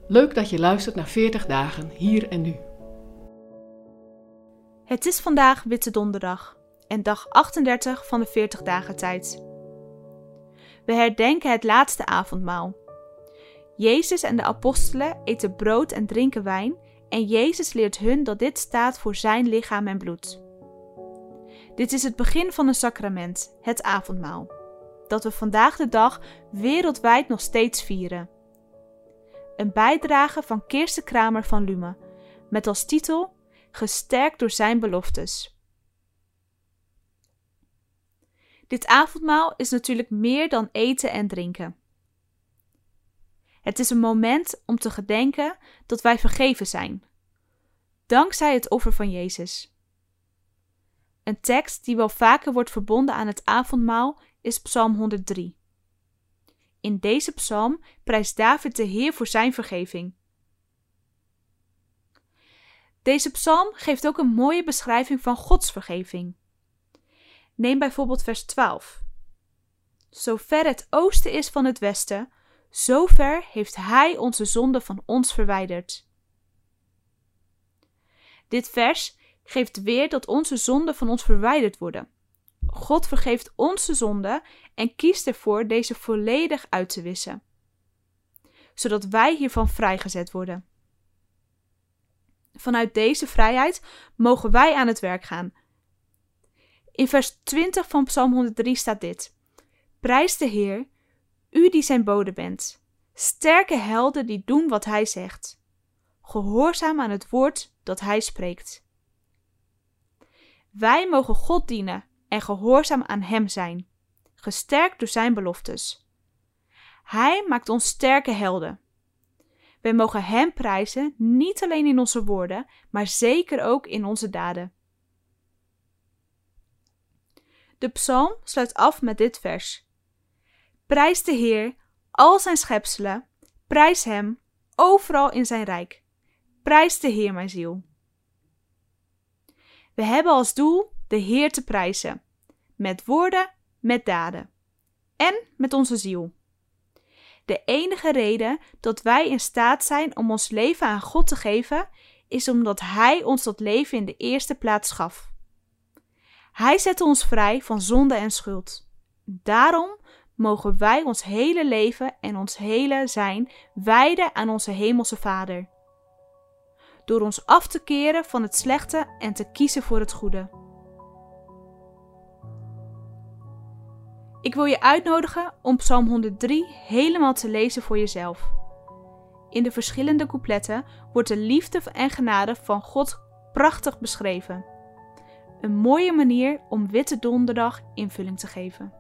Leuk dat je luistert naar 40 dagen hier en nu. Het is vandaag Witte Donderdag en dag 38 van de 40 dagen tijd. We herdenken het laatste avondmaal. Jezus en de apostelen eten brood en drinken wijn en Jezus leert hun dat dit staat voor zijn lichaam en bloed. Dit is het begin van een sacrament, het avondmaal, dat we vandaag de dag wereldwijd nog steeds vieren. Een bijdrage van Kirsten Kramer van Lume, met als titel Gesterkt door zijn beloftes. Dit avondmaal is natuurlijk meer dan eten en drinken. Het is een moment om te gedenken dat wij vergeven zijn, dankzij het offer van Jezus. Een tekst die wel vaker wordt verbonden aan het avondmaal is Psalm 103. In deze psalm prijst David de Heer voor zijn vergeving. Deze psalm geeft ook een mooie beschrijving van Gods vergeving. Neem bijvoorbeeld vers 12. Zover het oosten is van het westen, zover heeft Hij onze zonde van ons verwijderd. Dit vers geeft weer dat onze zonden van ons verwijderd worden. God vergeeft onze zonde en kiest ervoor deze volledig uit te wissen, zodat wij hiervan vrijgezet worden. Vanuit deze vrijheid mogen wij aan het werk gaan. In vers 20 van Psalm 103 staat dit: Prijs de Heer, u die zijn bode bent, sterke helden die doen wat hij zegt, gehoorzaam aan het woord dat hij spreekt. Wij mogen God dienen en gehoorzaam aan hem zijn, gesterkt door zijn beloftes. Hij maakt ons sterke helden. Wij mogen hem prijzen, niet alleen in onze woorden, maar zeker ook in onze daden. De psalm sluit af met dit vers: Prijs de Heer, al zijn schepselen, prijs hem, overal in zijn rijk. Prijs de Heer, mijn ziel. We hebben als doel de Heer te prijzen, met woorden, met daden en met onze ziel. De enige reden dat wij in staat zijn om ons leven aan God te geven, is omdat Hij ons dat leven in de eerste plaats gaf. Hij zette ons vrij van zonde en schuld. Daarom mogen wij ons hele leven en ons hele zijn wijden aan onze hemelse Vader. Door ons af te keren van het slechte en te kiezen voor het goede. Ik wil je uitnodigen om Psalm 103 helemaal te lezen voor jezelf. In de verschillende coupletten wordt de liefde en genade van God prachtig beschreven. Een mooie manier om Witte Donderdag invulling te geven.